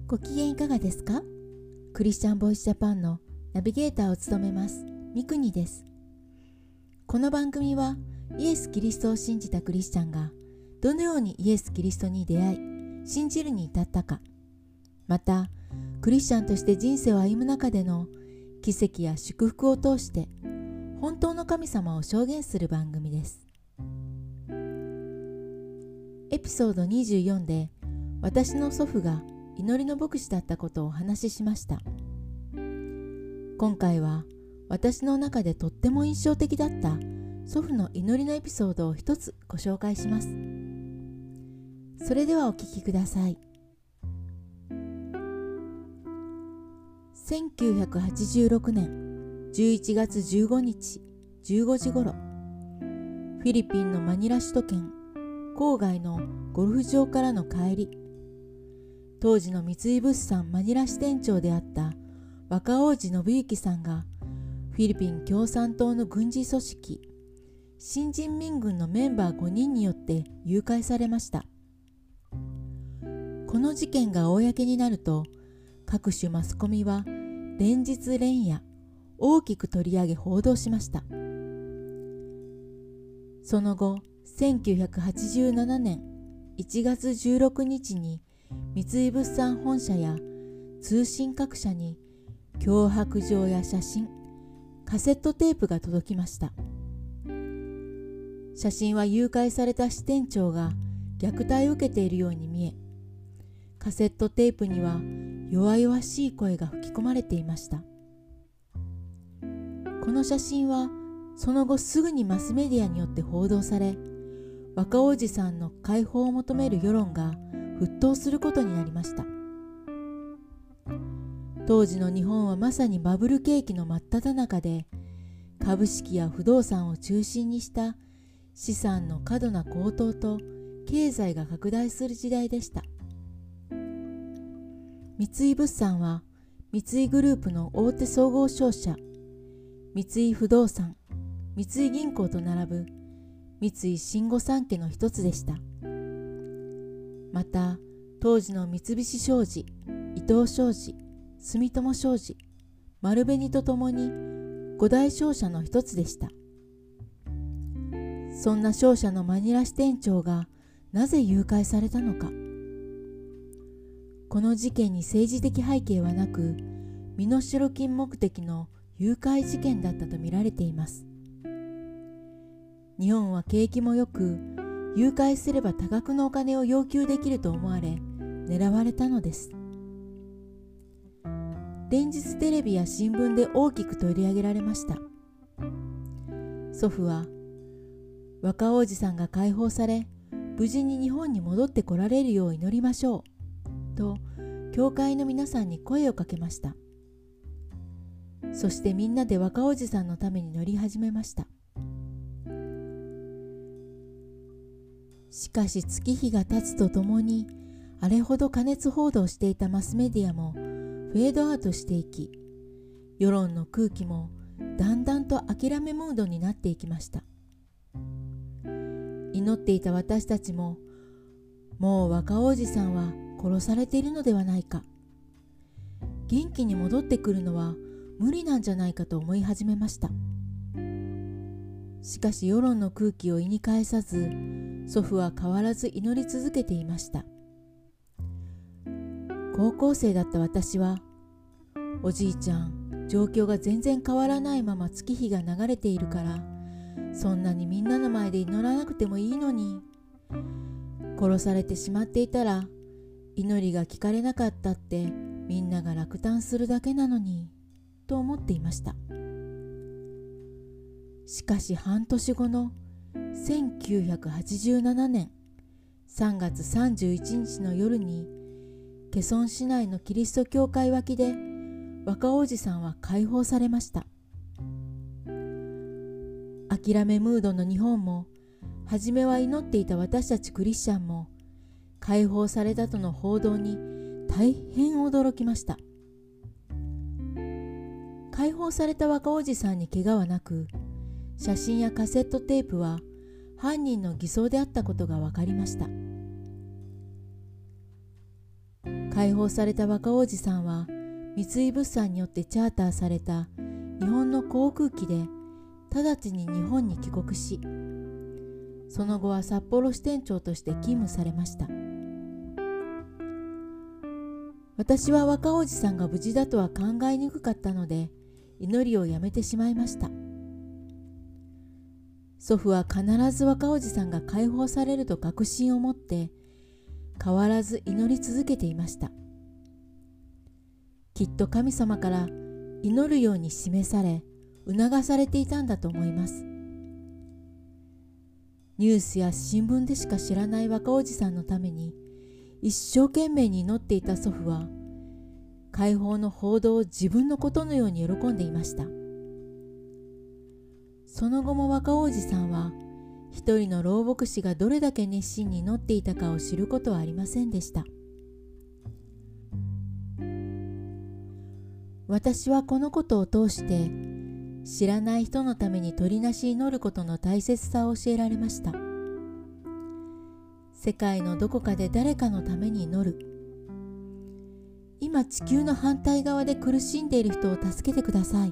ご機嫌いかがですか？クリスチャンボイスジャパンのナビゲーターを務めますミクニです。この番組はイエス・キリストを信じたクリスチャンがどのようにイエス・キリストに出会い信じるに至ったか、またクリスチャンとして人生を歩む中での奇跡や祝福を通して本当の神様を証言する番組です。エピソード24で私の祖父が祈りの牧師だったことをお話ししました。今回は私の中でとっても印象的だった祖父の祈りのエピソードを一つご紹介します。それではお聞きください。1986年11月15日15時ごろ、フィリピンのマニラ首都圏郊外のゴルフ場からの帰り、当時の三井物産マニラ支店長であった若王子信之さんがフィリピン共産党の軍事組織新人民軍のメンバー5人によって誘拐されました。この事件が公になると各種マスコミは連日連夜大きく取り上げ報道しました。その後1987年1月16日に三井物産本社や通信各社に脅迫状や写真、カセットテープが届きました。写真は誘拐された支店長が虐待を受けているように見え、カセットテープには弱々しい声が吹き込まれていました。この写真はその後すぐにマスメディアによって報道され、若王子さんの解放を求める世論が沸騰することになりました。当時の日本はまさにバブル景気の真っ只中で、株式や不動産を中心にした資産の過度な高騰と経済が拡大する時代でした。三井物産は三井グループの大手総合商社、三井不動産、三井銀行と並ぶ三井新御三家の一つでした。また当時の三菱商事、伊藤商事、住友商事、丸紅とともに五大商社の一つでした。そんな商社のマニラ支店長がなぜ誘拐されたのか。この事件に政治的背景はなく、身代金目的の誘拐事件だったと見られています。日本は景気も良く、誘拐すれば多額のお金を要求できると思われ、狙われたのです。連日テレビや新聞で大きく取り上げられました。祖父は、若王子さんが解放され、無事に日本に戻ってこられるよう祈りましょう、と教会の皆さんに声をかけました。そしてみんなで若王子さんのために祈り始めました。しかし月日が経つとともに、あれほど過熱報道していたマスメディアもフェードアウトしていき、世論の空気もだんだんと諦めムードになっていきました。祈っていた私たちも、もう若王子さんは殺されているのではないか、元気に戻ってくるのは無理なんじゃないかと思い始めました。しかし世論の空気を意に介さず、祖父は変わらず祈り続けていました。高校生だった私は、おじいちゃん、状況が全然変わらないまま月日が流れているから、そんなにみんなの前で祈らなくてもいいのに、殺されてしまっていたら祈りが聞かれなかったってみんなが落胆するだけなのに、と思っていました。しかし半年後の1987年3月31日の夜に、ケソン市内のキリスト教会脇で若王子さんは解放されました。諦めムードの日本も、初めは祈っていた私たちクリスチャンも、解放されたとの報道に大変驚きました。解放された若王子さんに怪我はなく、写真やカセットテープは犯人の偽装であったことが分かりました。 解放された若王子さんは三井物産によってチャーターされた日本の航空機で直ちに日本に帰国し、その後は札幌支店長として勤務されました。私は若王子さんが無事だとは考えにくかったので、祈りをやめてしまいました。祖父は必ず若王子さんが解放されると確信を持って、変わらず祈り続けていました。きっと神様から祈るように示され、促されていたんだと思います。ニュースや新聞でしか知らない若王子さんのために一生懸命に祈っていた祖父は、解放の報道を自分のことのように喜んでいました。その後も若王子さんは、一人の老牧師がどれだけ熱心に祈っていたかを知ることはありませんでした。私はこのことを通して、知らない人のために取りなし祈ることの大切さを教えられました。世界のどこかで誰かのために祈る。今地球の反対側で苦しんでいる人を助けてください。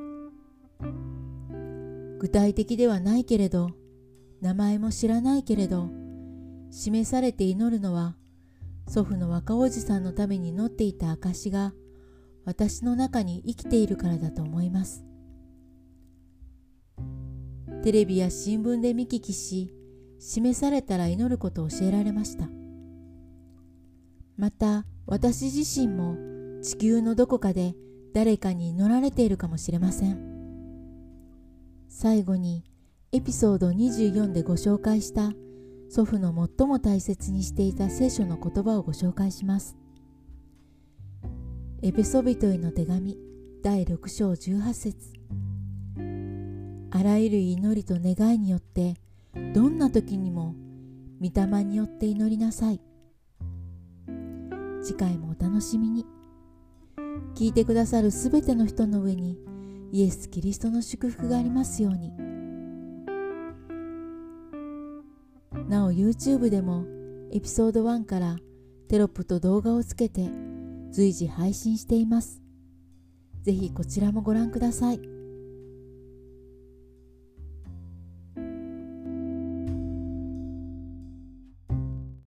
具体的ではないけれど、名前も知らないけれど、示されて祈るのは、祖父の若王子さんのために祈っていた証が私の中に生きているからだと思います。テレビや新聞で見聞きし、示されたら祈ることを教えられました。また私自身も地球のどこかで誰かに祈られているかもしれません。最後にエピソード24でご紹介した祖父の最も大切にしていた聖書の言葉をご紹介します。エペソビトへの手紙第6章18節。あらゆる祈りと願いによってどんな時にも御霊によって祈りなさい。次回もお楽しみに。聞いてくださるすべての人の上にイエス・キリストの祝福がありますように。なお YouTube でもエピソード1からテロップと動画をつけて随時配信しています。ぜひこちらもご覧ください。